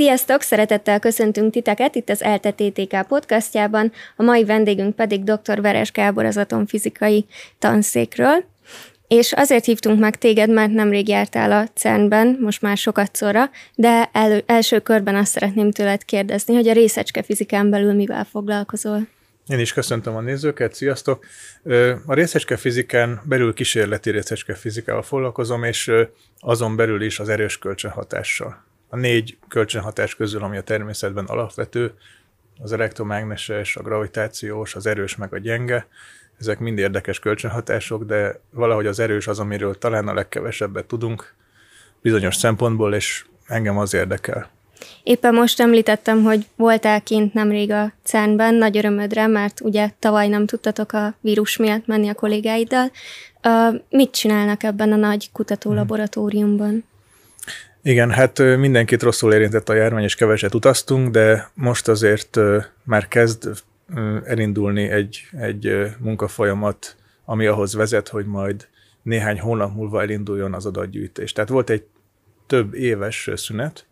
Sziasztok! Szeretettel köszöntünk titeket itt az ELTE TTK podcastjában, a mai vendégünk pedig dr. Veres Gábor az atomfizikai tanszékről. És azért hívtunk meg téged, mert nemrég jártál a CERN-ben, most már sokatszorra, de első körben azt szeretném tőled kérdezni, hogy a részecskefizikán belül mivel foglalkozol? Én is köszöntöm a nézőket, sziasztok! A részecskefizikán belül kísérleti részecskefizikával foglalkozom, és azon belül is az erős kölcsönhatással. A 4 kölcsönhatás közül, ami a természetben alapvető, az elektromágneses, a gravitációs, az erős meg a gyenge, ezek mind érdekes kölcsönhatások, de valahogy az erős az, amiről talán a legkevesebbet tudunk bizonyos szempontból, és engem az érdekel. Éppen most említettem, hogy voltál kint nemrég a CERN-ben, nagy örömödre, mert ugye tavaly nem tudtatok a vírus miatt menni a kollégáiddal. Mit csinálnak ebben a nagy kutatólaboratóriumban? Igen, hát mindenkit rosszul érintett a járvány, és keveset utaztunk, de most azért már kezd elindulni egy munkafolyamat, ami ahhoz vezet, hogy majd néhány hónap múlva elinduljon az adatgyűjtés. Tehát volt egy több éves szünet.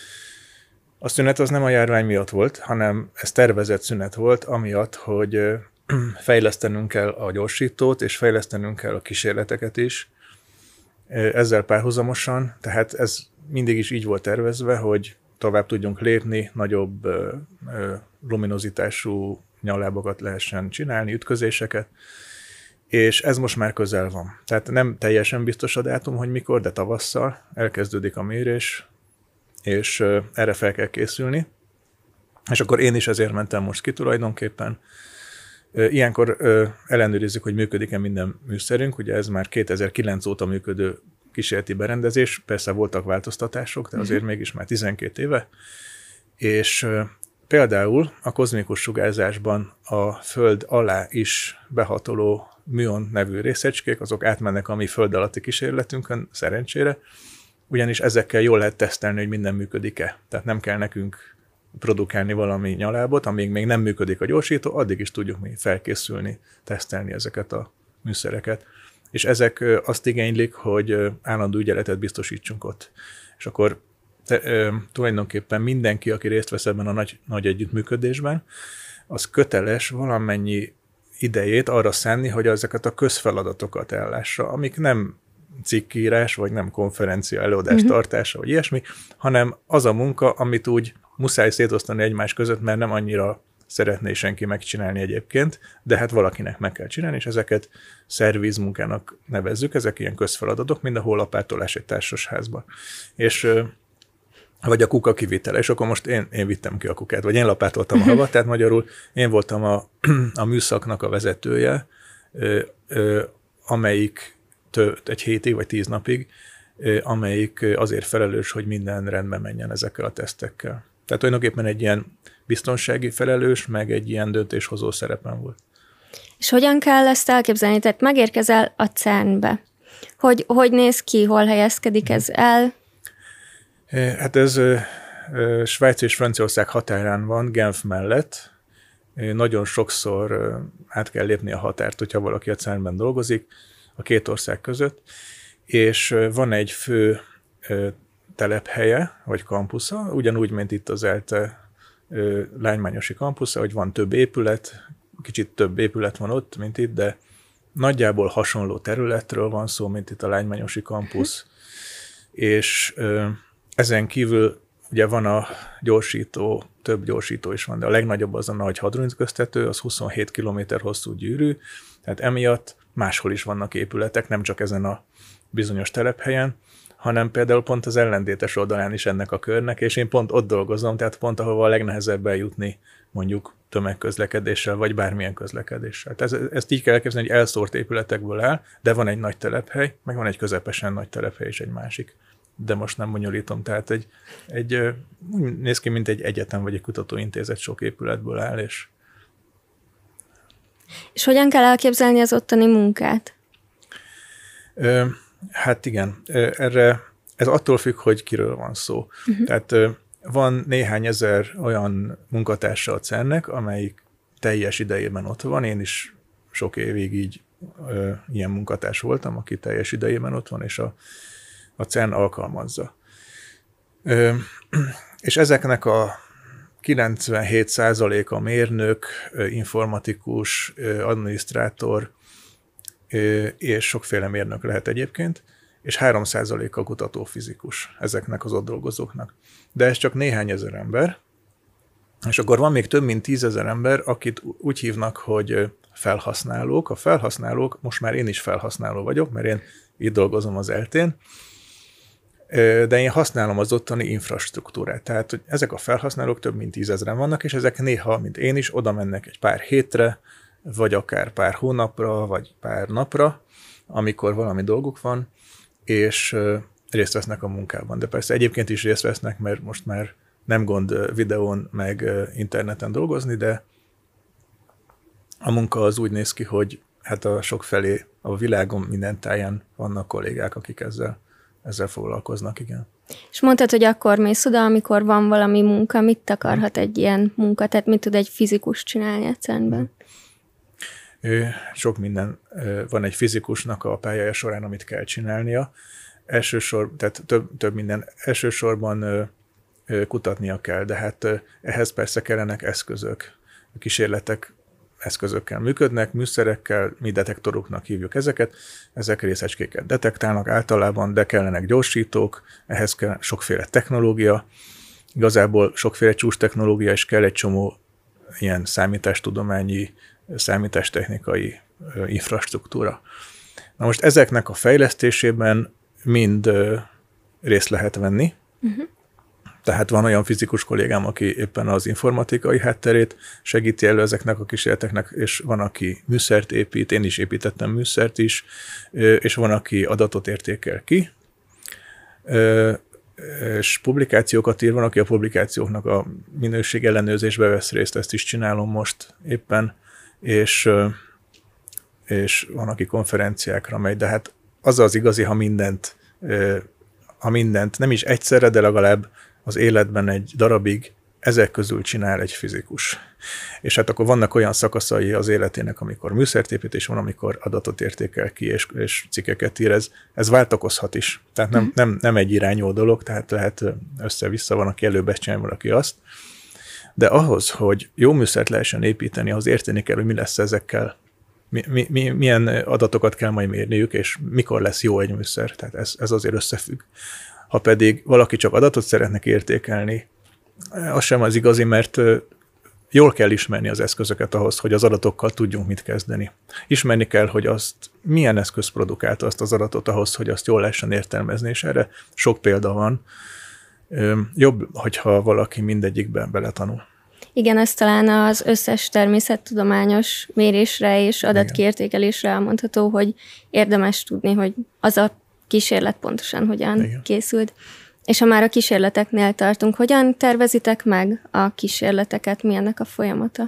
A szünet az nem a járvány miatt volt, hanem ez tervezett szünet volt, amiatt, hogy fejlesztenünk kell a gyorsítót, és fejlesztenünk kell a kísérleteket is. Ezzel párhuzamosan, tehát ez mindig is így volt tervezve, hogy tovább tudjunk lépni, nagyobb luminozitású nyalábokat lehessen csinálni, ütközéseket, és ez most már közel van. Tehát nem teljesen biztos a dátum, hogy mikor, de tavasszal elkezdődik a mérés, és erre fel kell készülni. És akkor én is ezért mentem most ki tulajdonképpen. Ilyenkor ellenőrizzük, hogy működik-e minden műszerünk, ugye ez már 2009 óta működő kísérleti berendezés, persze voltak változtatások, de azért mégis már 12 éve, és például a kozmikus sugárzásban a Föld alá is behatoló műon nevű részecskék, azok átmennek a mi föld alatti kísérletünkön, szerencsére, ugyanis ezekkel jól lehet tesztelni, hogy minden működik-e. Tehát nem kell nekünk produkálni valami nyalábot, amíg még nem működik a gyorsító, addig is tudjuk mi felkészülni, tesztelni ezeket a műszereket. És ezek azt igénylik, hogy állandó ügyeletet biztosítsunk ott. És akkor tulajdonképpen mindenki, aki részt vesz ebben a nagy együttműködésben, az köteles valamennyi idejét arra szánni, hogy ezeket a közfeladatokat ellássa, amik nem cikkírás, vagy nem konferencia előadás tartása, vagy ilyesmi, hanem az a munka, amit úgy muszáj szétosztani egymás között, mert nem annyira szeretné senki megcsinálni egyébként, de hát valakinek meg kell csinálni, és ezeket szervizmunkának nevezzük, ezek ilyen közfeladatok, mind a hollapártolás egy társasházban. És vagy a kuka kivitele, és akkor most én vittem ki a kukát, vagy én lapátoltam a havat, tehát magyarul én voltam a műszaknak a vezetője, amelyik egy hétig vagy 10 napig, amelyik azért felelős, hogy minden rendben menjen ezekkel a tesztekkel. Tehát tulajdonképpen egy ilyen biztonsági felelős, meg egy ilyen döntéshozó szerepen volt. És hogyan kell ezt elképzelni? Tehát megérkezel a CERN-be. Hogy néz ki, hol helyezkedik ez el? Hát ez Svájc és Franciaország határán van, Genf mellett. Nagyon sokszor át kell lépni a határt, hogyha valaki a CERN-ben dolgozik, a két ország között, és van egy fő telephelye, vagy kampusza, ugyanúgy, mint itt az ELTE Lánymányosi kampusza, hogy van több épület, kicsit több épület van ott, mint itt, de nagyjából hasonló területről van szó, mint itt a Lánymányosi kampusz, és ezen kívül ugye van a gyorsító, több gyorsító is van, de a legnagyobb az a nagy hadronütköztető, az 27 km hosszú gyűrű, tehát emiatt máshol is vannak épületek, nem csak ezen a bizonyos telephelyen, hanem például pont az ellentétes oldalán is ennek a körnek, és én pont ott dolgozom, tehát pont ahova a legnehezebb eljutni mondjuk tömegközlekedéssel, vagy bármilyen közlekedéssel. Tehát ezt így kell elképzelni, hogy elszórt épületekből áll, de van egy nagy telephely, meg van egy közepesen nagy telephely és egy másik. De most nem bonyolítom, tehát úgy néz ki, mint egy egyetem vagy egy kutatóintézet sok épületből áll, és hogyan kell elképzelni az ottani munkát? Hát igen, ez attól függ, hogy kiről van szó. Tehát van néhány ezer olyan munkatársa a CERN-nek, amelyik teljes idejében ott van. Én is sok évig így ilyen munkatárs voltam, aki teljes idejében ott van, és a CERN alkalmazza. És ezeknek a 97%-a mérnök, informatikus, adminisztrátor, és sokféle mérnök lehet egyébként, és 3%-a kutatófizikus ezeknek az ott dolgozóknak. De ez csak néhány ezer ember, és akkor van még több mint 10 000 ember, akit úgy hívnak, hogy felhasználók. A felhasználók, most már én is felhasználó vagyok, mert én itt dolgozom az ELTE-n, de én használom az ottani infrastruktúrát. Tehát, hogy ezek a felhasználók több mint 10 000-en vannak, és ezek néha, mint én is, oda mennek egy pár hétre, vagy akár pár hónapra, vagy pár napra, amikor valami dolguk van, és részt vesznek a munkában. De persze egyébként is részt vesznek, mert most már nem gond videón, meg interneten dolgozni, de a munka az úgy néz ki, hogy hát a sokfelé a világon minden táján vannak kollégák, akik ezzel foglalkoznak, igen. És mondtad, hogy akkor mész oda, amikor van valami munka, mit akarhat egy ilyen munka, tehát mit tud egy fizikus csinálni egyszerűen? Sok minden van egy fizikusnak a pályája során, amit kell csinálnia. Tehát több minden. Elsősorban kutatnia kell, de hát ehhez persze kellenek eszközök. A kísérletek eszközökkel működnek, műszerekkel, mi detektoroknak hívjuk ezeket. Ezek részecskéket detektálnak általában, de kellenek gyorsítók, ehhez kell sokféle technológia. Igazából sokféle csúcs technológia, és kell egy csomó ilyen számítástudományi, számítástechnikai infrastruktúra. Na most ezeknek a fejlesztésében mind részt lehet venni. Uh-huh. Tehát van olyan fizikus kollégám, aki éppen az informatikai hátterét segíti elő ezeknek a kísérleteknek, és van, aki műszert épít, én is építettem műszert is, és van, aki adatot értékel ki, és publikációkat ír, van, aki a publikációknak a minőség ellenőrzésbe vesz részt, ezt is csinálom most éppen, és van, aki konferenciákra megy, de hát az igazi, ha mindent nem is egyszerre, de legalább az életben egy darabig ezek közül csinál egy fizikus. És hát akkor vannak olyan szakaszai az életének, amikor műszert épít, és van, amikor adatot értékel ki, és cikkeket ír. Ez váltakozhat is. Tehát nem egy irányú dolog, tehát lehet össze-vissza, van, aki előbb ezt csinálja, valaki azt. De ahhoz, hogy jó műszert lehessen építeni, ahhoz érteni kell, hogy mi lesz ezekkel, milyen adatokat kell majd mérniük, és mikor lesz jó egy műszer. Tehát ez azért összefügg. Ha pedig valaki csak adatot szeretnek értékelni, az sem az igazi, mert jól kell ismerni az eszközöket ahhoz, hogy az adatokkal tudjunk mit kezdeni. Ismerni kell, hogy milyen eszköz produkálta azt az adatot ahhoz, hogy azt jól lehessen értelmezni, és erre sok példa van. Jobb, hogyha valaki mindegyikben beletanul. Igen, ez talán az összes természettudományos mérésre és adatkiértékelésre elmondható, hogy érdemes tudni, hogy az a kísérlet pontosan hogyan készült. És ha már a kísérleteknél tartunk, hogyan tervezitek meg a kísérleteket, mi ennek a folyamata?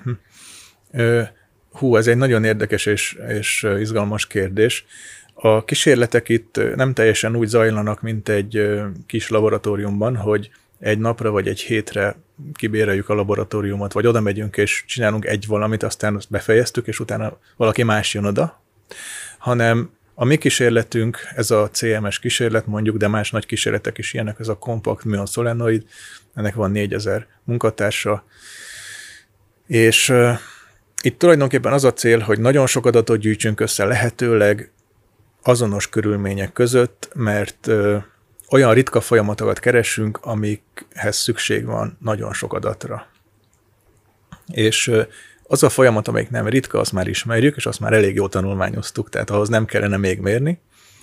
Ez egy nagyon érdekes és izgalmas kérdés. A kísérletek itt nem teljesen úgy zajlanak, mint egy kis laboratóriumban, hogy egy napra vagy egy hétre kibéreljük a laboratóriumot, vagy oda megyünk és csinálunk egy valamit, aztán azt befejeztük, és utána valaki más jön oda, hanem a mi kísérletünk, ez a CMS kísérlet mondjuk, de más nagy kísérletek is ilyenek, ez a Compact Muon Solenoid, ennek van 4000 munkatársa, és itt tulajdonképpen az a cél, hogy nagyon sok adatot gyűjtsünk össze lehetőleg azonos körülmények között, mert olyan ritka folyamatokat keresünk, amikhez szükség van nagyon sok adatra. És az a folyamat, amelyik nem ritka, azt már ismerjük, és azt már elég jól tanulmányoztuk, tehát ahhoz nem kellene még mérni.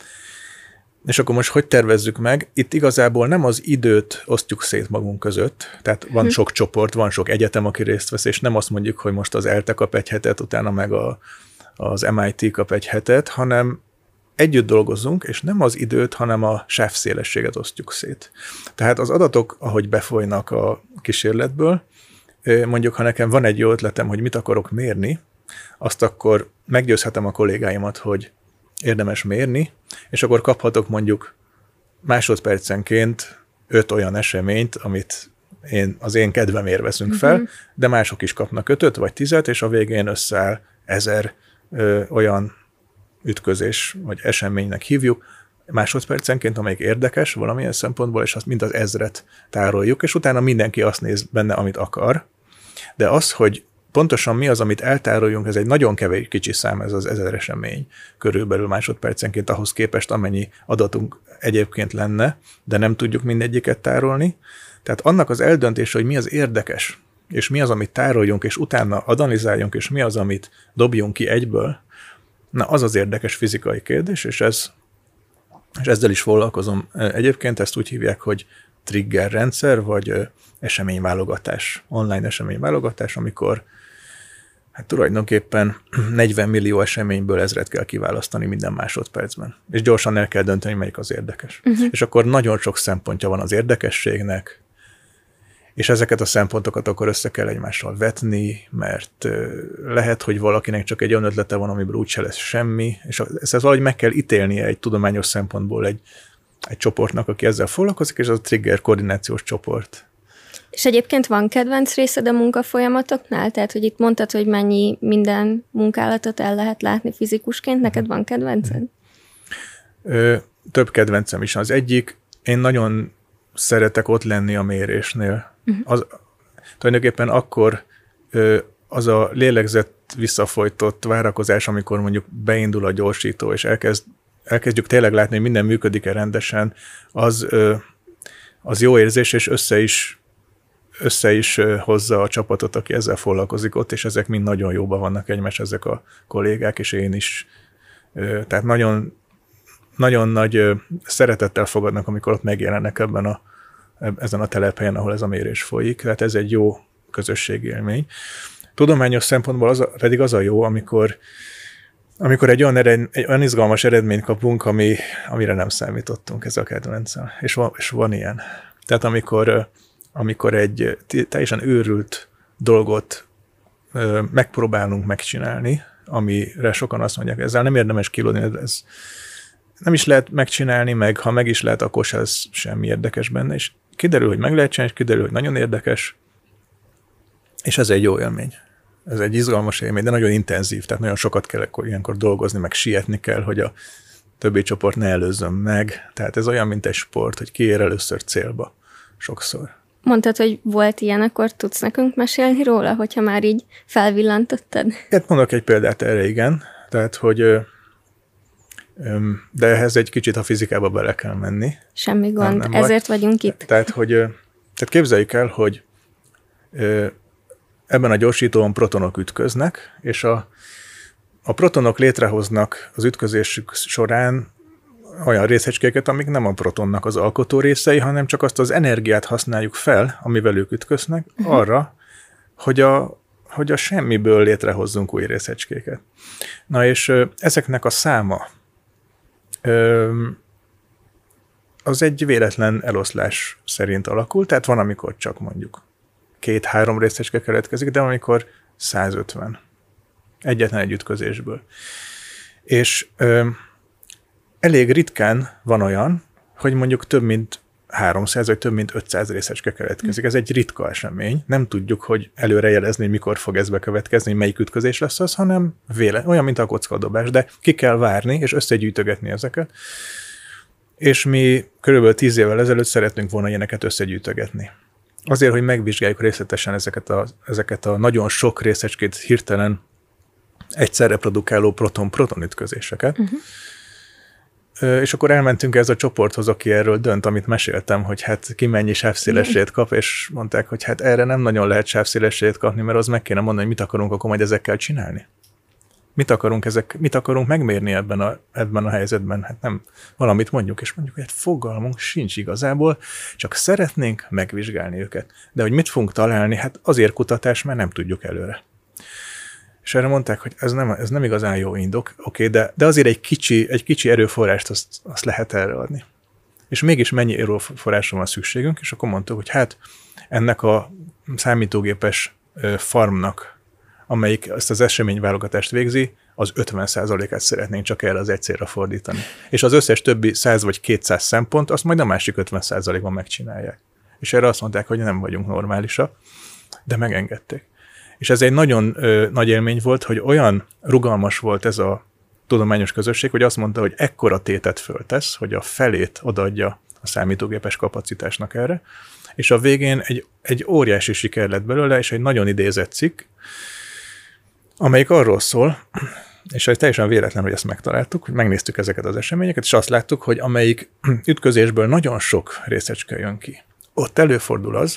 És akkor most hogy tervezzük meg? Itt igazából nem az időt osztjuk szét magunk között, tehát van sok csoport, van sok egyetem, aki részt vesz, és nem azt mondjuk, hogy most az ELTE kap egy hetet, utána meg az MIT kap egy hetet, hanem együtt dolgozunk, és nem az időt, hanem a sávszélességet osztjuk szét. Tehát az adatok, ahogy befolynak a kísérletből, mondjuk, ha nekem van egy jó ötletem, hogy mit akarok mérni, azt akkor meggyőzhetem a kollégáimat, hogy érdemes mérni, és akkor kaphatok mondjuk másodpercenként 5 olyan eseményt, amit az én kedvemért veszünk fel, de mások is kapnak 5 vagy 10, és a végén összeáll 1000 olyan ütközés, vagy eseménynek hívjuk, másodpercenként, amelyik érdekes valamilyen szempontból, és azt mind az 1000-et tároljuk, és utána mindenki azt néz benne, amit akar. De az, hogy pontosan mi az, amit eltároljunk, ez egy nagyon kevés kicsi szám, ez az 1000 esemény körülbelül másodpercenként ahhoz képest, amennyi adatunk egyébként lenne, de nem tudjuk mindegyiket tárolni. Tehát annak az eldöntése, hogy mi az érdekes, és mi az, amit tároljunk, és utána analizáljunk, és mi az, amit dobjunk ki egyből, na az az érdekes fizikai kérdés, és ezzel is foglalkozom. Egyébként ezt úgy hívják, hogy trigger rendszer, vagy eseményválogatás, online eseményválogatás, amikor hát tulajdonképpen 40 millió eseményből 1000-et kell kiválasztani minden másodpercben. És gyorsan el kell dönteni, melyik az érdekes. És akkor nagyon sok szempontja van az érdekességnek, és ezeket a szempontokat akkor össze kell egymással vetni, mert lehet, hogy valakinek csak egy olyan ötlete van, amiből úgyse lesz semmi, és ezt valahogy meg kell ítélnie egy tudományos szempontból egy csoportnak, aki ezzel foglalkozik, és az a trigger koordinációs csoport. És egyébként van kedvenc részed a munkafolyamatoknál? Tehát, hogy itt mondtad, hogy mennyi minden munkálatot el lehet látni fizikusként, neked van kedvenced? Több kedvencem is. Az egyik, én nagyon szeretek ott lenni a mérésnél. Tulajdonképpen akkor az a lélegzett visszafolytott várakozás, amikor mondjuk beindul a gyorsító, és elkezdjük tényleg látni, hogy minden működik-e rendesen, az jó érzés, és össze is hozza a csapatot, aki ezzel foglalkozik ott, és ezek mind nagyon jóban vannak egymás, ezek a kollégák, és én is. Tehát nagyon, nagyon nagy szeretettel fogadnak, amikor ott megjelennek ezen a telephelyen, ahol ez a mérés folyik. Tehát ez egy jó közösségi élmény. Tudományos szempontból pedig az a jó, amikor egy olyan izgalmas eredményt kapunk, amire nem számítottunk, ez a kedvencem. És van ilyen. Tehát amikor egy teljesen őrült dolgot megpróbálunk megcsinálni, amire sokan azt mondják, ezzel nem érdemes kilódni, ez nem is lehet megcsinálni, meg ha meg is lehet, akkor ez semmi érdekes benne, és kiderül, hogy meg lehet csinálni, és kiderül, hogy nagyon érdekes, és ez egy jó élmény. Ez egy izgalmas élmény, de nagyon intenzív, tehát nagyon sokat kell ilyenkor dolgozni, meg sietni kell, hogy a többi csoport ne előzzön meg. Tehát ez olyan, mint egy sport, hogy ki ér először célba sokszor. Mondtad, hogy volt ilyen, akkor tudsz nekünk mesélni róla, hogyha már így felvillantottad? Hát mondok egy példát erre, igen. Tehát, hogy de ehhez egy kicsit a fizikába bele kell menni. Semmi gond, nem ezért vagyunk itt. Tehát képzeljük el, hogy ebben a gyorsítóban protonok ütköznek, és a protonok létrehoznak az ütközésük során olyan részecskéket, amik nem a protonnak az alkotó részei, hanem csak azt az energiát használjuk fel, amivel ők ütköznek, arra, hogy a semmiből létrehozzunk új részecskéket. Na és ezeknek a száma az egy véletlen eloszlás szerint alakul, tehát van, amikor csak mondjuk 2-3 részecske keletkezik, de amikor 150. Egyetlen egy ütközésből. És elég ritkán van olyan, hogy mondjuk több mint 300 vagy több mint 500 részecske keletkezik. Ez egy ritka esemény. Nem tudjuk, hogy előrejelezni, mikor fog ez bekövetkezni, melyik ütközés lesz az, hanem olyan, mint a kockadobás, de ki kell várni, és összegyűjtögetni ezeket. És mi körülbelül 10 évvel ezelőtt szeretnünk volna ilyeneket összegyűjtögetni. Azért, hogy megvizsgáljuk részletesen ezeket a nagyon sok részecskét hirtelen egyszerre produkáló proton-proton ütközéseket. És akkor elmentünk ez a csoporthoz, aki erről dönt, amit meséltem, hogy hát ki mennyi sávszélességet kap, és mondták, hogy hát erre nem nagyon lehet sávszélességet kapni, mert az meg kéne mondani, hogy mit akarunk akkor majd ezekkel csinálni. Mit akarunk megmérni ebben a helyzetben? Hát nem valamit mondjuk, és mondjuk, hogy hát fogalmunk sincs igazából, csak szeretnénk megvizsgálni őket. De hogy mit fogunk találni, hát azért kutatás, mert nem tudjuk előre. És erre mondták, hogy ez nem igazán jó indok, oké, de azért egy kicsi erőforrást azt lehet erre adni. És mégis mennyi erőforrásra van szükségünk, és akkor mondtuk, hogy hát ennek a számítógépes farmnak, amelyik ezt az eseményválogatást végzi, az 50%-át szeretnénk csak erre az egy célra fordítani. És az összes többi 100 vagy 200 szempont, azt majd a másik 50%-ban megcsinálják. És erre azt mondták, hogy nem vagyunk normálisak, de megengedték. És ez egy nagyon nagy élmény volt, hogy olyan rugalmas volt ez a tudományos közösség, hogy azt mondta, hogy ekkora tétet föltesz, hogy a felét odaadja a számítógépes kapacitásnak erre, és a végén egy óriási siker lett belőle, és egy nagyon idézett cikk, amelyik arról szól, és ez teljesen véletlen, hogy ezt megtaláltuk, hogy megnéztük ezeket az eseményeket, és azt láttuk, hogy amelyik ütközésből nagyon sok részecske jön ki, ott előfordul az,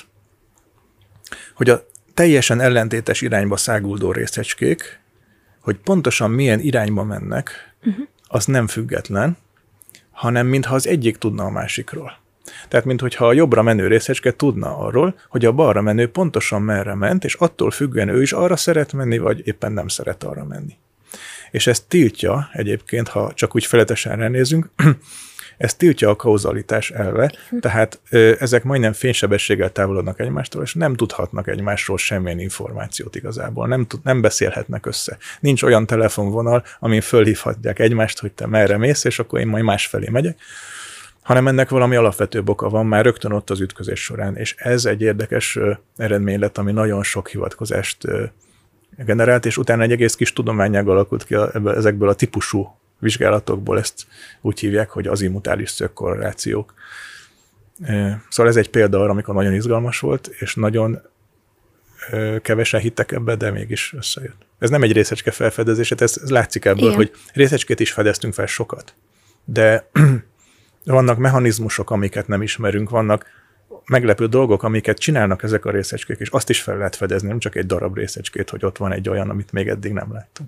hogy a teljesen ellentétes irányba száguldó részecskék, hogy pontosan milyen irányba mennek, az nem független, hanem mintha az egyik tudna a másikról. Tehát, mintha a jobbra menő részecske tudna arról, hogy a balra menő pontosan merre ment, és attól függően ő is arra szeret menni, vagy éppen nem szeret arra menni. És ez tiltja egyébként, ha csak úgy feletesen ránézünk, ez tiltja a kauzalitás elve, tehát ezek majdnem fénysebességgel távolodnak egymástól, és nem tudhatnak egymásról semmilyen információt igazából, nem beszélhetnek össze. Nincs olyan telefonvonal, amin fölhívhatják egymást, hogy te merre mész, és akkor én majd másfelé megyek, hanem ennek valami alapvető oka van már rögtön ott az ütközés során, és ez egy érdekes eredmény lett, ami nagyon sok hivatkozást generált, és utána egy egész kis tudományág alakult ki ezekből a típusú vizsgálatokból, ezt úgy hívják, hogy azimutális szögkorrelációk. Szóval ez egy példa arra, amikor nagyon izgalmas volt, és nagyon kevesen hittek ebbe, de mégis összejött. Ez nem egy részecske felfedezése, ez látszik ebből, igen, hogy részecskét is fedeztünk fel sokat, de vannak mechanizmusok, amiket nem ismerünk, vannak meglepő dolgok, amiket csinálnak ezek a részecskék, és azt is fel lehet fedezni, nem csak egy darab részecskét, hogy ott van egy olyan, amit még eddig nem láttunk.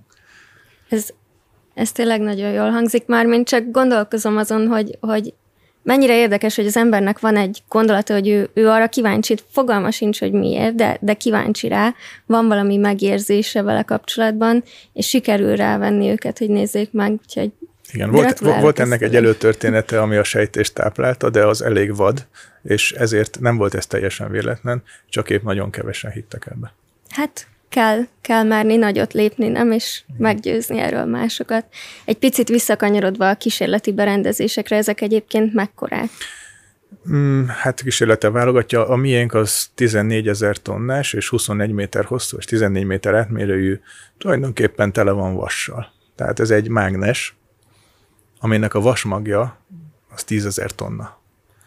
Ez tényleg nagyon jól hangzik már, mint csak gondolkozom azon, hogy mennyire érdekes, hogy az embernek van egy gondolata, hogy ő arra kíváncsi, fogalma sincs, hogy miért, de kíváncsi rá, van valami megérzése vele kapcsolatban, és sikerül rávenni őket, hogy nézzék meg, úgyhogy igen, volt ennek egy előtörténete, ami a sejtést táplálta, de az elég vad, és ezért nem volt ez teljesen véletlen, csak épp nagyon kevesen hittek ebbe. Hát kell merni nagyot lépni, nem? És meggyőzni erről másokat. Egy picit visszakanyarodva a kísérleti berendezésekre, ezek egyébként mekkorák? Hát kísérlete válogatja. A miénk az 14 000 tonnás, és 21 méter hosszú, és 14 méter átmérőjű, tulajdonképpen tele van vassal. Tehát ez egy mágnes, aminek a vasmagja az 10 000 tonna.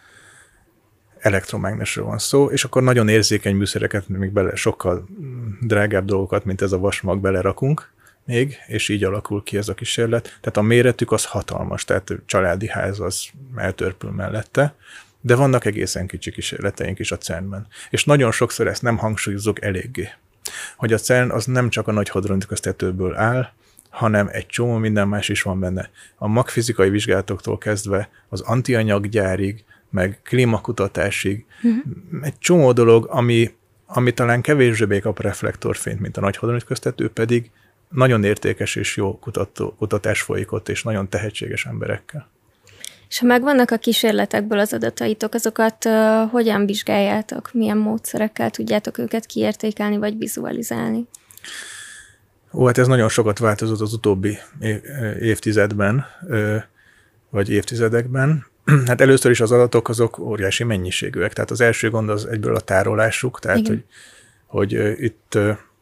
Elektromágnesről van szó, és akkor nagyon érzékeny műszereket, még bele sokkal drágább dolgokat, mint ez a vasmag belerakunk még, és így alakul ki ez a kísérlet. Tehát a méretük az hatalmas, tehát családi ház az eltörpül mellette, de vannak egészen kicsi kísérleteink is a CERN-ben. És nagyon sokszor ezt nem hangsúlyozzuk eléggé, hogy a CERN az nem csak a nagy hadronütköztetőből áll, hanem egy csomó minden más is van benne. A magfizikai vizsgálatoktól kezdve az antianyaggyárig, meg klímakutatásig, egy csomó dolog, ami talán kevésbé kap reflektorfényt, mint a nagy hadronütköztető, pedig nagyon értékes és jó kutatás folyik ott, és nagyon tehetséges emberekkel. És ha megvannak a kísérletekből az adataitok, azokat hogyan vizsgáljátok? Milyen módszerekkel tudjátok őket kiértékelni, vagy vizualizálni? Hát ez nagyon sokat változott az utóbbi évtizedben, vagy évtizedekben. Hát először is az adatok azok óriási mennyiségűek. Tehát az első gond az egyből a tárolásuk, tehát hogy itt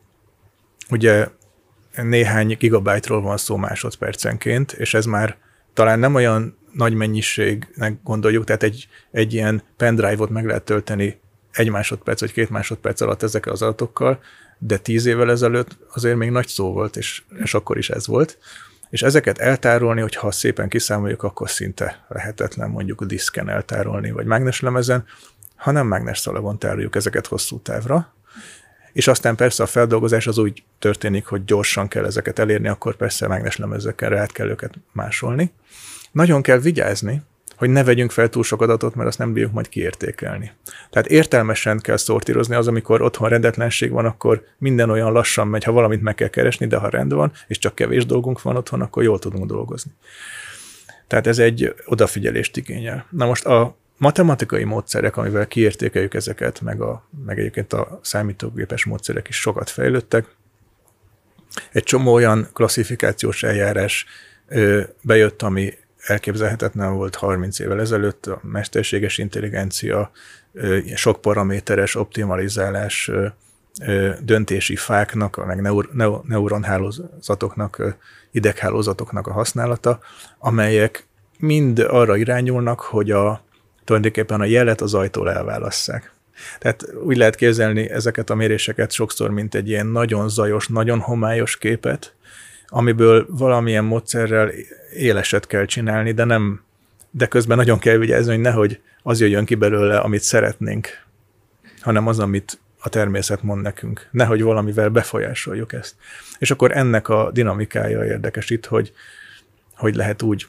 ugye néhány gigabájtról van szó másodpercenként, és ez már talán nem olyan nagy mennyiségnek gondoljuk, tehát egy ilyen pendrive-ot meg lehet tölteni 1 másodperc vagy 2 másodperc alatt ezekkel az adatokkal, de 10 évvel ezelőtt azért még nagy szó volt, és akkor is ez volt. És ezeket eltárolni, hogyha szépen kiszámoljuk, akkor szinte lehetetlen mondjuk a diszken eltárolni, vagy mágneslemezen, hanem mágnesszalagon tároljuk ezeket hosszú távra. És aztán persze a feldolgozás az úgy történik, hogy gyorsan kell ezeket elérni, akkor persze mágneslemezekkel át kell őket másolni. Nagyon kell vigyázni, hogy ne vegyünk fel túl sok adatot, mert azt nem bírjuk majd kiértékelni. Tehát értelmesen kell szortírozni, az, amikor otthon rendetlenség van, akkor minden olyan lassan megy, ha valamit meg kell keresni, de ha rend van, és csak kevés dolgunk van otthon, akkor jól tudunk dolgozni. Tehát ez egy odafigyelést igényel. Na most a matematikai módszerek, amivel kiértékeljük ezeket, meg egyébként a számítógépes módszerek is sokat fejlődtek. Egy csomó olyan klasszifikációs eljárás bejött, ami elképzelhetetlen volt 30 évvel ezelőtt, a mesterséges intelligencia, sok paraméteres optimalizálás, döntési fáknak, meg neuronhálózatoknak, ideghálózatoknak a használata, amelyek mind arra irányulnak, hogy tulajdonképpen a jelet az ajtól elválasszák. Tehát úgy lehet képzelni ezeket a méréseket sokszor, mint egy ilyen nagyon zajos, nagyon homályos képet, amiből valamilyen módszerrel éleset kell csinálni, de közben nagyon kell vigyázni, hogy nehogy az jöjjön ki belőle, amit szeretnénk, hanem az, amit a természet mond nekünk. Nehogy valamivel befolyásoljuk ezt. És akkor ennek a dinamikája érdekes itt, hogy lehet úgy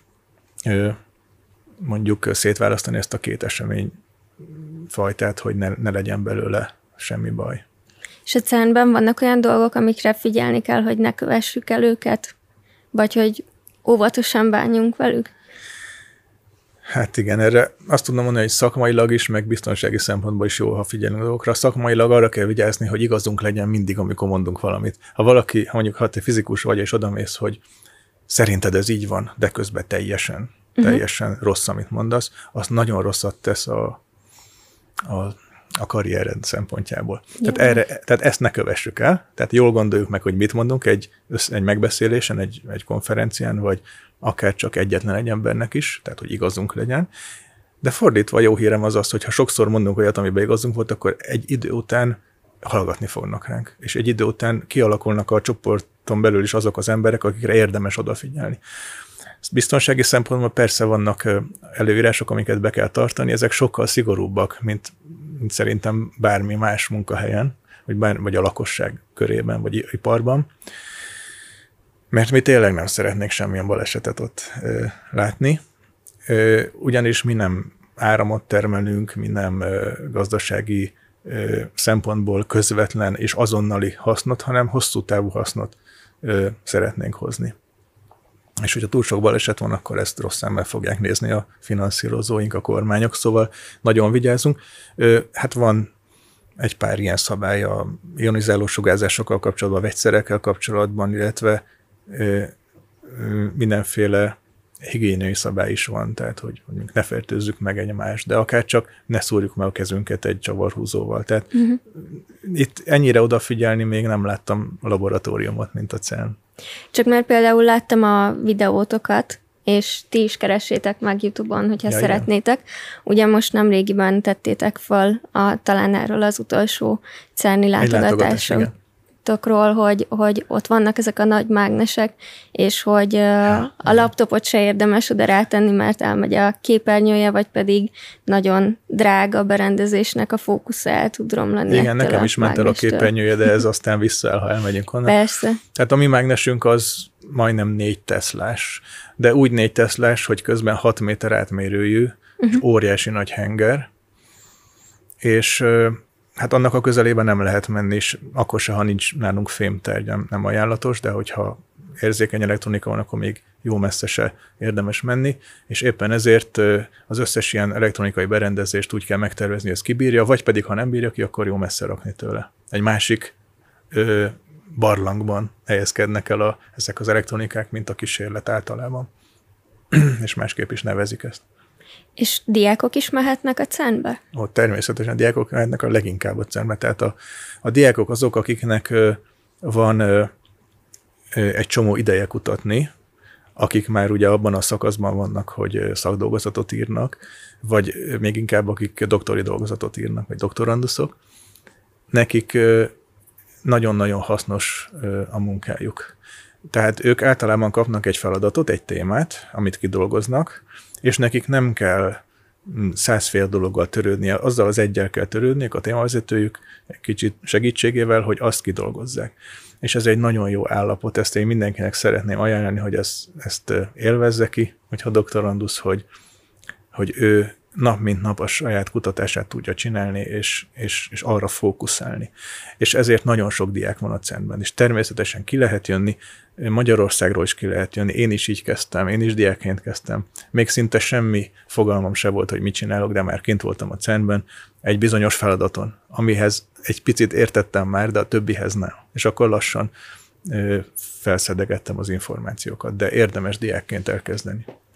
mondjuk szétválasztani ezt a két eseményfajtát, hogy ne legyen belőle semmi baj. És a CERN-ben vannak olyan dolgok, amikre figyelni kell, hogy ne kövessük el őket? Vagy hogy óvatosan bánjunk velük? Hát igen, erre azt tudom mondani, hogy szakmailag is, meg biztonsági szempontból is jó, ha figyelünk dolgokra. Szakmailag arra kell vigyázni, hogy igazunk legyen mindig, amikor mondunk valamit. Ha mondjuk te fizikus vagy, és odamész, hogy szerinted ez így van, de közben teljesen rossz, amit mondasz, az nagyon rosszat tesz a karriered szempontjából. Tehát ezt ne kövessük el, tehát jól gondoljuk meg, hogy mit mondunk egy megbeszélésen, egy konferencián, vagy akár csak egyetlen egy embernek is, tehát hogy igazunk legyen. De fordítva jó hírem az, hogy ha sokszor mondunk olyat, amiben igazunk volt, akkor egy idő után hallgatni fognak ránk. És egy idő után kialakulnak a csoporton belül is azok az emberek, akikre érdemes odafigyelni. Biztonsági szempontból persze vannak előírások, amiket be kell tartani, ezek sokkal szigorúbbak, mint szerintem bármi más munkahelyen, vagy a lakosság körében, vagy iparban. Mert mi tényleg nem szeretnék semmilyen balesetet ott látni, ugyanis mi nem áramot termelünk, mi nem gazdasági szempontból közvetlen és azonnali hasznot, hanem hosszú távú hasznot szeretnénk hozni. És hogyha túl sok baleset van, akkor ezt rossz szemmel fogják nézni a finanszírozóink, a kormányok, szóval nagyon vigyázzunk. Hát van egy pár ilyen szabály a ionizáló sugárzásokkal kapcsolatban, vegyszerekkel kapcsolatban, illetve mindenféle higiéniai szabály is van, tehát hogy ne fertőzzük meg egymást, de akár csak ne szúrjuk meg a kezünket egy csavarhúzóval. Tehát itt ennyire odafigyelni még nem láttam a laboratóriumot, mint a CERN. Csak mert például láttam a videótokat, és ti is keressétek meg YouTube-on, hogyha szeretnétek. Igen. Ugye most nemrégiben tettétek fel talán erről az utolsó CERN-i látogatásokról, hogy ott vannak ezek a nagy mágnesek, és hogy a laptopot se érdemes oda rátenni, mert elmegy a képernyője, vagy pedig nagyon drága berendezésnek a fókusza el tud romlani. Igen, nekem is ment el a képernyője, de ez aztán visszaáll, ha elmegyünk onnan. Persze. Tehát a mi mágnesünk az majdnem 4 teslás, de úgy 4 teslás, hogy közben 6 méter átmérőjű, és óriási nagy henger, és hát annak a közelében nem lehet menni, és akkor se, ha nincs nálunk fémtárgy, nem ajánlatos, de hogyha érzékeny elektronika van, akkor még jó messze se érdemes menni, és éppen ezért az összes ilyen elektronikai berendezést úgy kell megtervezni, hogy ez kibírja, vagy pedig, ha nem bírja ki, akkor jó messze rakni tőle. Egy másik barlangban helyezkednek el ezek az elektronikák, mint a kísérlet általában, és másképp is nevezik ezt. És diákok is mehetnek a CERN-be? Ott természetesen diákok mehetnek a leginkább a CERN-be. Tehát a diákok azok, akiknek van egy csomó ideje kutatni, akik már ugye abban a szakaszban vannak, hogy szakdolgozatot írnak, vagy még inkább akik doktori dolgozatot írnak, vagy doktoranduszok. Nekik nagyon-nagyon hasznos a munkájuk. Tehát ők általában kapnak egy feladatot, egy témát, amit kidolgoznak, és nekik nem kell 100 dologgal törődnie, azzal az egyel kell törődniük, a témavezetőjük egy kicsit segítségével, hogy azt kidolgozzák. És ez egy nagyon jó állapot, ezt én mindenkinek szeretném ajánlani, hogy ezt élvezze ki, hogyha doktorandusz, hogy ő nap mint nap a saját kutatását tudja csinálni, és arra fókuszálni. És ezért nagyon sok diák van a CERN-ben, és természetesen ki lehet jönni, Magyarországról is ki lehet jönni, én is így kezdtem, én is diákként kezdtem. Még szinte semmi fogalmam se volt, hogy mit csinálok, de már kint voltam a CERN-ben egy bizonyos feladaton, amihez egy picit értettem már, de a többihez nem. És akkor lassan felszedegettem az információkat, de érdemes diákként elkezdeni.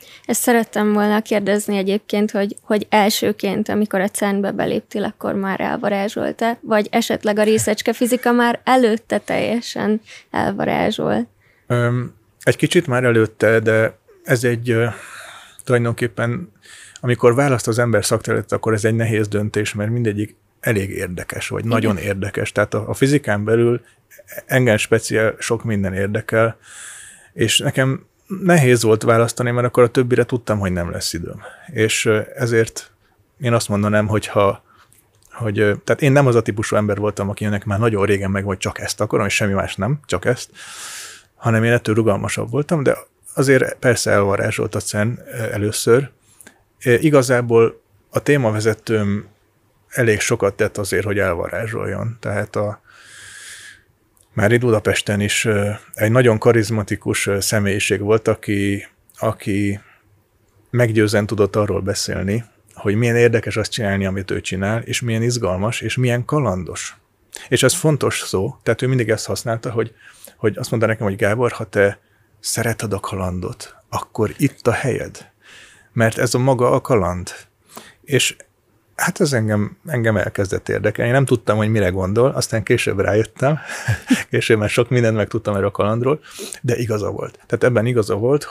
Ezt szerettem volna kérdezni egyébként, hogy elsőként, amikor a CERN-be beléptél, akkor már elvarázsolta, vagy esetleg a részecskefizika már előtte teljesen elvarázsolt? Egy kicsit már előtte, de ez egy tulajdonképpen, amikor választ az ember szakterületet, akkor ez egy nehéz döntés, mert mindegyik elég érdekes, vagy nagyon érdekes. Tehát a fizikán belül engem speciál sok minden érdekel, és nekem nehéz volt választani, mert akkor a többire tudtam, hogy nem lesz időm. És ezért én azt mondanám, tehát én nem az a típusú ember voltam, akinek már nagyon régen meg, hogy csak ezt akarom, és semmi más nem, csak ezt, hanem én ettől rugalmasabb voltam, de azért persze elvarázsolt a CERN először. Igazából a témavezetőm elég sokat tett azért, hogy elvarázsoljon. Tehát már itt Budapesten is egy nagyon karizmatikus személyiség volt, aki meggyőzően tudott arról beszélni, hogy milyen érdekes azt csinálni, amit ő csinál, és milyen izgalmas, és milyen kalandos. És ez fontos szó, tehát ő mindig ezt használta, hogy azt mondta nekem, hogy Gábor, ha te szereted a kalandot, akkor itt a helyed. Mert ez a maga a kaland. És hát ez engem elkezdett érdekelni. Nem tudtam, hogy mire gondol, aztán később rájöttem, később már sok mindent megtudtam erről a kalandról, de igaza volt. Tehát ebben igaza volt,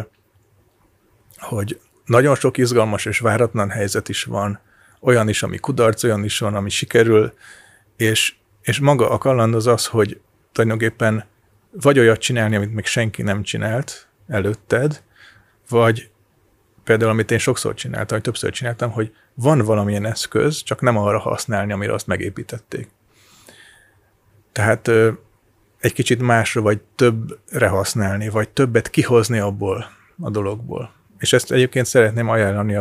hogy nagyon sok izgalmas és váratlan helyzet is van, olyan is, ami kudarc, olyan is van, ami sikerül, és maga a kaland az, hogy tulajdonképpen vagy olyat csinálni, amit még senki nem csinált előtted, vagy például, amit én sokszor csináltam, vagy többször csináltam, hogy van valamilyen eszköz, csak nem arra használni, amire azt megépítették. Tehát egy kicsit másra, vagy többre használni, vagy többet kihozni abból a dologból. És ezt egyébként szeretném ajánlani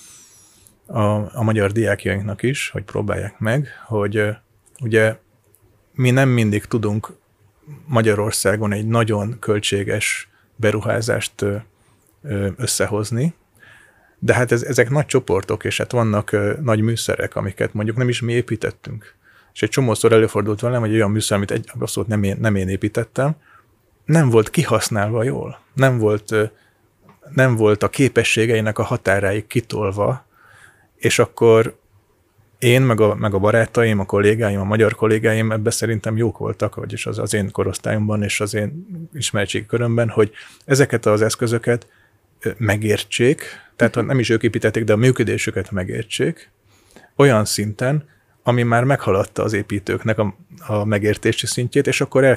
a magyar diákjainknak is, hogy próbálják meg, hogy ugye mi nem mindig tudunk Magyarországon egy nagyon költséges beruházást összehozni, de hát ezek nagy csoportok, és hát vannak nagy műszerek, amiket mondjuk nem is mi építettünk. És egy csomószor előfordult velem, hogy olyan műszer, amit abszolút nem én építettem, nem volt kihasználva jól. Nem volt a képességeinek a határáig kitolva, és akkor én, meg a barátaim, a kollégáim, a magyar kollégáim ebben szerintem jók voltak, vagyis az én korosztályomban és az én ismertségi körömben, hogy ezeket az eszközöket megértsék, tehát nem is ők építették, de a működésüket megértsék, olyan szinten, ami már meghaladta az építőknek a megértési szintjét, és akkor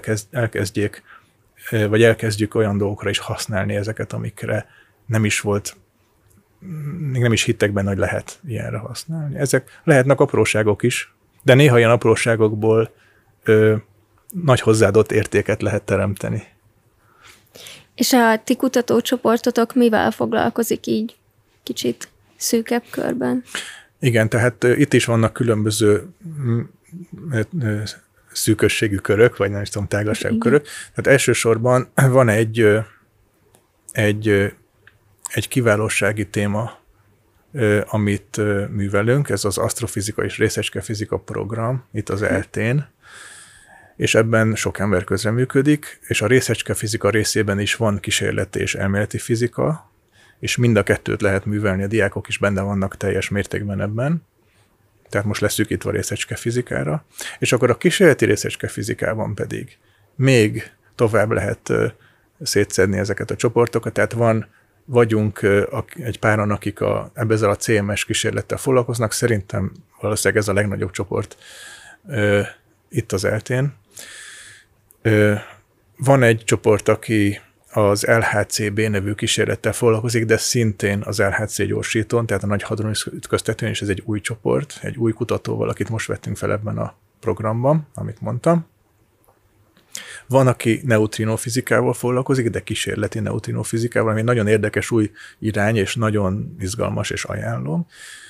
elkezdjük olyan dolgokra is használni ezeket, amikre nem is volt, még nem is hittek benne, hogy lehet ilyenre használni. Ezek lehetnek apróságok is, de néha ilyen apróságokból nagy hozzáadott értéket lehet teremteni. És a ti kutatócsoportotok mivel foglalkozik így kicsit szűkebb körben? Igen, tehát itt is vannak különböző szűkösségű körök, vagy nem is tudom, tágasságú körök. Tehát elsősorban van egy kiválósági téma, amit művelünk, ez az asztrofizika és részecskefizika program, itt az ELTE-n, és ebben sok ember közreműködik, és a részecskefizika részében is van kísérleti és elméleti fizika, és mind a kettőt lehet művelni, a diákok is benne vannak teljes mértékben ebben, tehát most leszűkítve a részecskefizikára, és akkor a kísérleti részecskefizikában pedig még tovább lehet szétszedni ezeket a csoportokat, tehát vagyunk egy páran, akik ezzel a CMS kísérlettel foglalkoznak, szerintem valószínűleg ez a legnagyobb csoport itt az ELTE-n. Van egy csoport, aki az LHCb nevű kísérlettel foglalkozik, de szintén az LHC gyorsítón, tehát a Nagy Hadronus Ütköztetőn, és ez egy új csoport, egy új kutatóval, akit most vettünk fel ebben a programban, amit mondtam. Van, aki neutrinofizikával foglalkozik, de kísérleti neutrinofizikával, ami nagyon érdekes új irány, és nagyon izgalmas, és ajánlom.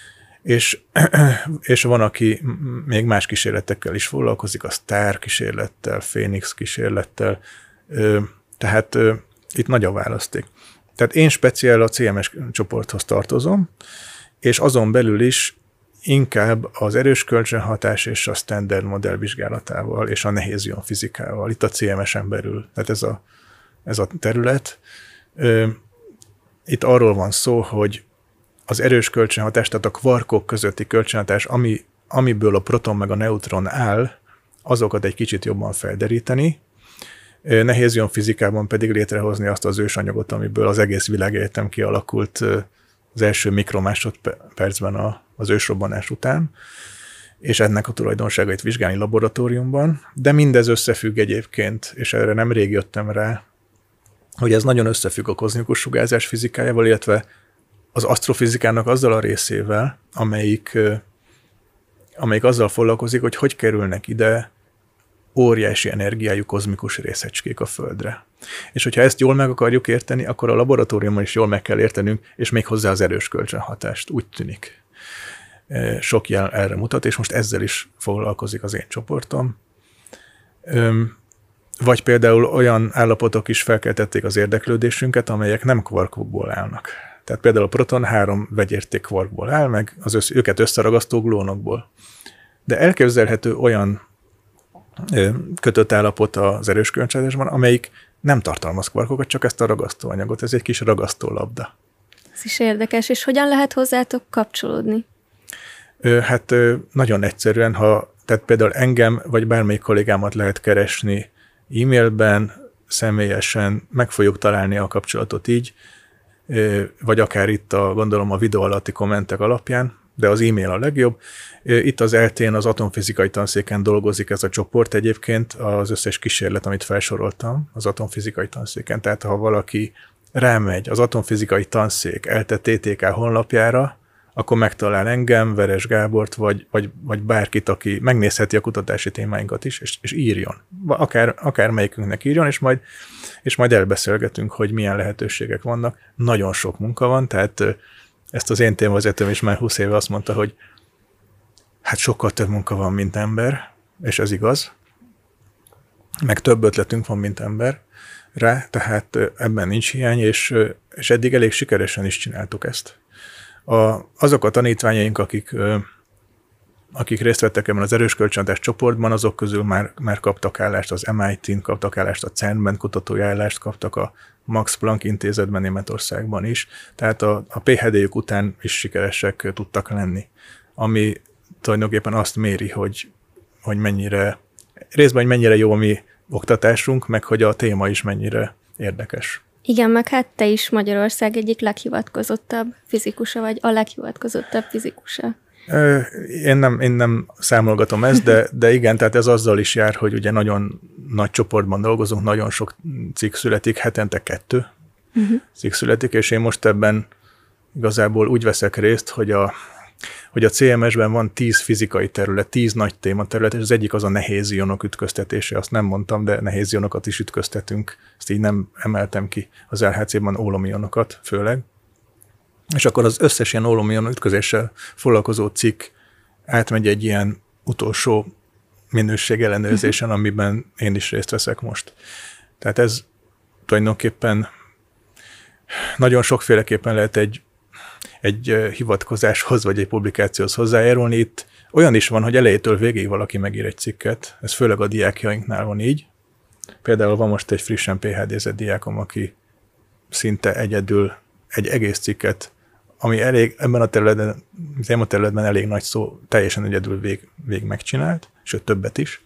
És van, aki még más kísérletekkel is foglalkozik, a STAR kísérlettel, Phoenix kísérlettel, tehát itt nagy a választék. Tehát én speciál a CMS csoporthoz tartozom, és azon belül is inkább az erős kölcsönhatás és a standard modell vizsgálatával és a nehéz ionfizikával, itt a CMS-en belül. Tehát ez a terület. itt arról van szó, hogy az erős kölcsönhatás, tehát a kvarkok közötti kölcsönhatás, amiből a proton meg a neutron áll, azokat egy kicsit jobban felderíteni, nehéz ion fizikában pedig létrehozni azt az ősanyagot, amiből az egész világegyetem kialakult az első mikromásodpercben az ősrobbanás után, és ennek a tulajdonságait vizsgálni laboratóriumban, de mindez összefügg egyébként, és erre nemrég jöttem rá, hogy ez nagyon összefügg a kozmikus sugárzás fizikájával, illetve az asztrofizikának azzal a részével, amelyik azzal foglalkozik, hogy kerülnek ide óriási energiájú kozmikus részecskék a Földre. És hogyha ezt jól meg akarjuk érteni, akkor a laboratóriumban is jól meg kell értenünk, és még hozzá az erős kölcsönhatást, úgy tűnik. Sok jel erre mutat, és most ezzel is foglalkozik az én csoportom. Vagy például olyan állapotok is felkeltették az érdeklődésünket, amelyek nem kvarkokból állnak. Tehát például a proton 3 vegyérték kvarkból áll, meg őket összeragasztó glónokból. De elképzelhető olyan kötött állapot az erős kölcsönhatásban, amelyik nem tartalmaz kvarkokat, csak ezt a ragasztóanyagot. Ez egy kis ragasztólabda. Ez is érdekes. És hogyan lehet hozzátok kapcsolódni? Hát nagyon egyszerűen, tehát például engem vagy bármelyik kollégámat lehet keresni e-mailben, személyesen, meg fogjuk találni a kapcsolatot így, vagy akár itt gondolom a videó alatti kommentek alapján, de az e-mail a legjobb. Itt az ELTE-n, az atomfizikai tanszéken dolgozik ez a csoport egyébként, az összes kísérlet, amit felsoroltam az atomfizikai tanszéken. Tehát ha valaki rámegy az atomfizikai tanszék ELTE TTK honlapjára, akkor megtalál engem, Veres Gábort, vagy bárkit, aki megnézheti a kutatási témáinkat is, és írjon. Akár melyikünknek írjon, és majd elbeszélgetünk, hogy milyen lehetőségek vannak. Nagyon sok munka van, tehát ezt az én témavezetőm is már 20 éve azt mondta, hogy hát sokkal több munka van, mint ember, és ez igaz. Meg több ötletünk van, mint ember rá, tehát ebben nincs hiány, és eddig elég sikeresen is csináltuk ezt. Azok a tanítványaink, akik részt vettek ebben az erős kölcsönhatás csoportban, azok közül már kaptak állást az MIT-n, kaptak állást a CERN-ben, kutatói állást kaptak a Max Planck intézetben Németországban is, tehát a PhD-jük után is sikeresek tudtak lenni, ami tulajdonképpen azt méri, hogy mennyire jó a mi oktatásunk, meg hogy a téma is mennyire érdekes. Igen, meg hát te is Magyarország egyik leghivatkozottabb fizikusa, vagy a leghivatkozottabb fizikusa. Én nem számolgatom ezt, de igen, tehát ez azzal is jár, hogy ugye nagyon nagy csoportban dolgozunk, nagyon sok cikk születik, hetente 2 cikk születik, és én most ebben igazából úgy veszek részt, hogy a CMS-ben van 10 fizikai terület, 10 nagy tématerület, és az egyik az a nehéz ionok ütköztetése, azt nem mondtam, de nehéz ionokat is ütköztetünk, ezt így nem emeltem ki, az LHC-ban ólomionokat főleg. És akkor az összes ilyen ólomion ütközéssel foglalkozó cikk átmegy egy ilyen utolsó minőségellenőrzésen, amiben én is részt veszek most. Tehát ez tulajdonképpen nagyon sokféleképpen lehet egy hivatkozáshoz, vagy egy publikációhoz hozzájárulni. Itt olyan is van, hogy elejétől végéig valaki megír egy cikket. Ez főleg a diákjainknál van így. Például van most egy frissen PhD-zett diákom, aki szinte egyedül egy egész cikket, ami elég ebben a területben elég nagy szó, teljesen egyedül végig megcsinált, sőt többet is.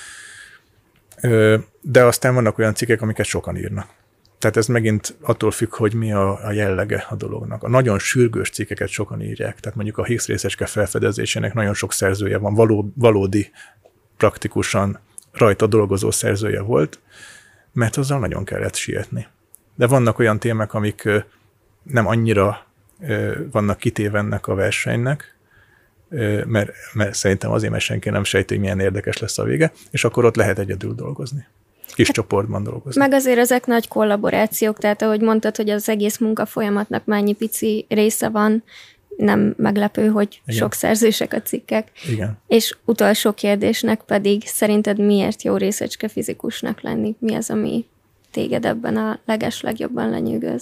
De aztán vannak olyan cikkek, amiket sokan írnak. Tehát ez megint attól függ, hogy mi a jellege a dolognak. A nagyon sürgős cikkeket sokan írják, tehát mondjuk a Higgs részecske felfedezésének nagyon sok szerzője van, valódi, praktikusan rajta dolgozó szerzője volt, mert azzal nagyon kellett sietni. De vannak olyan témák, amik nem annyira vannak kitéve ennek a versenynek, mert szerintem azért, mert senki nem sejti, hogy milyen érdekes lesz a vége, és akkor ott lehet egyedül dolgozni. Kis csoportban dolgozni. Meg azért ezek nagy kollaborációk, tehát ahogy mondtad, hogy az egész munkafolyamatnak mennyi pici része van, nem meglepő, hogy igen. Sok szerzősek a cikkek. Igen. És utolsó kérdésnek pedig szerinted miért jó részecske fizikusnak lenni? Mi az, ami téged ebben a legjobban lenyűgöz?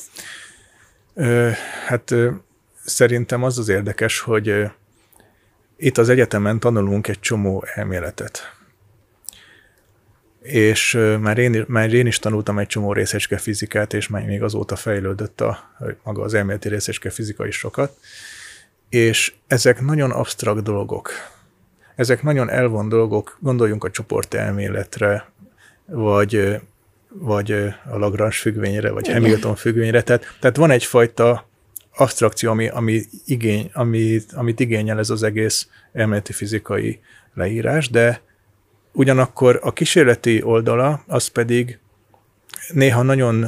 Szerintem az érdekes, hogy itt az egyetemen tanulunk egy csomó elméletet. és már én is tanultam egy csomó részecske fizikát, és már még azóta fejlődött maga az elméleti részecske fizika is sokat, és ezek nagyon absztrakt dolgok. Ezek nagyon elvont dolgok, gondoljunk a csoportelméletre, vagy a Lagrange függvényre, vagy Hamilton függvényre. Tehát van egyfajta absztrakció, amit igényel ez az egész elméleti fizikai leírás, de ugyanakkor a kísérleti oldala az pedig néha nagyon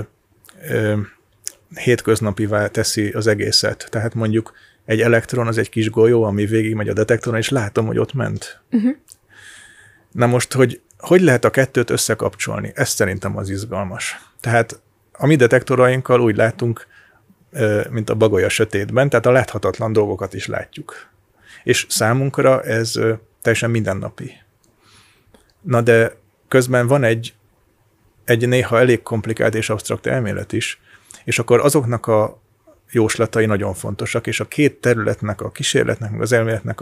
hétköznapivá teszi az egészet. Tehát mondjuk egy elektron az egy kis golyó, ami végigmegy a detektoron, és látom, hogy ott ment. Uh-huh. Na most, hogy lehet a kettőt összekapcsolni? Ez szerintem az izgalmas. Tehát a mi detektorainkkal úgy látunk, mint a bagoly a sötétben, tehát a láthatatlan dolgokat is látjuk. És számunkra ez teljesen mindennapi. Na de közben van egy néha elég komplikált és absztrakt elmélet is, és akkor azoknak a jóslatai nagyon fontosak, és a két területnek, a kísérletnek, meg az elméletnek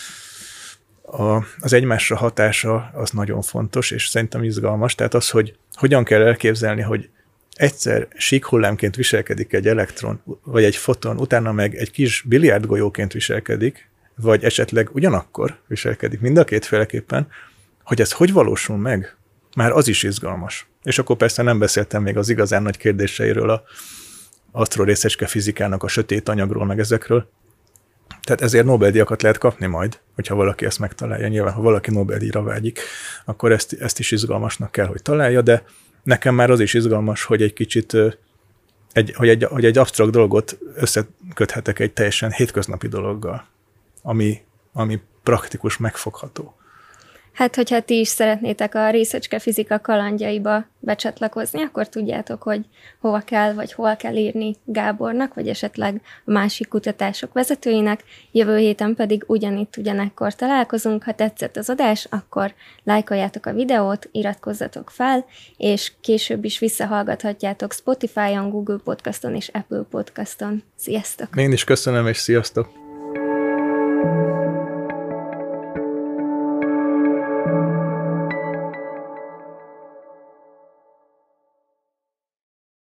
az egymásra hatása az nagyon fontos, és szerintem izgalmas. Tehát az, hogy hogyan kell elképzelni, hogy egyszer síkhullámként viselkedik egy elektron, vagy egy foton, utána meg egy kis biliárdgolyóként viselkedik, vagy esetleg ugyanakkor viselkedik, mind a kétféleképpen, hogy ez hogy valósul meg, már az is izgalmas. És akkor persze nem beszéltem még az igazán nagy kérdéseiről, a asztrorészecske fizikának, a sötét anyagról, meg ezekről. Tehát ezért Nobel-díjakat lehet kapni majd, hogyha valaki ezt megtalálja. Nyilván, ha valaki Nobel-díjra vágyik, akkor ezt is izgalmasnak kell, hogy találja, de nekem már az is izgalmas, hogy egy kicsit, hogy egy absztrakt dolgot összeköthetek egy teljesen hétköznapi dologgal, ami praktikus, megfogható. Hát, hogyha ti is szeretnétek a részecske fizika kalandjaiba becsatlakozni, akkor tudjátok, hogy hova kell, vagy hol kell írni Gábornak, vagy esetleg a másik kutatások vezetőinek. Jövő héten pedig ugyanekkor találkozunk. Ha tetszett az adás, akkor lájkoljátok a videót, iratkozzatok fel, és később is visszahallgathatjátok Spotify-on, Google Podcaston és Apple Podcaston. Sziasztok! Én is köszönöm, és sziasztok!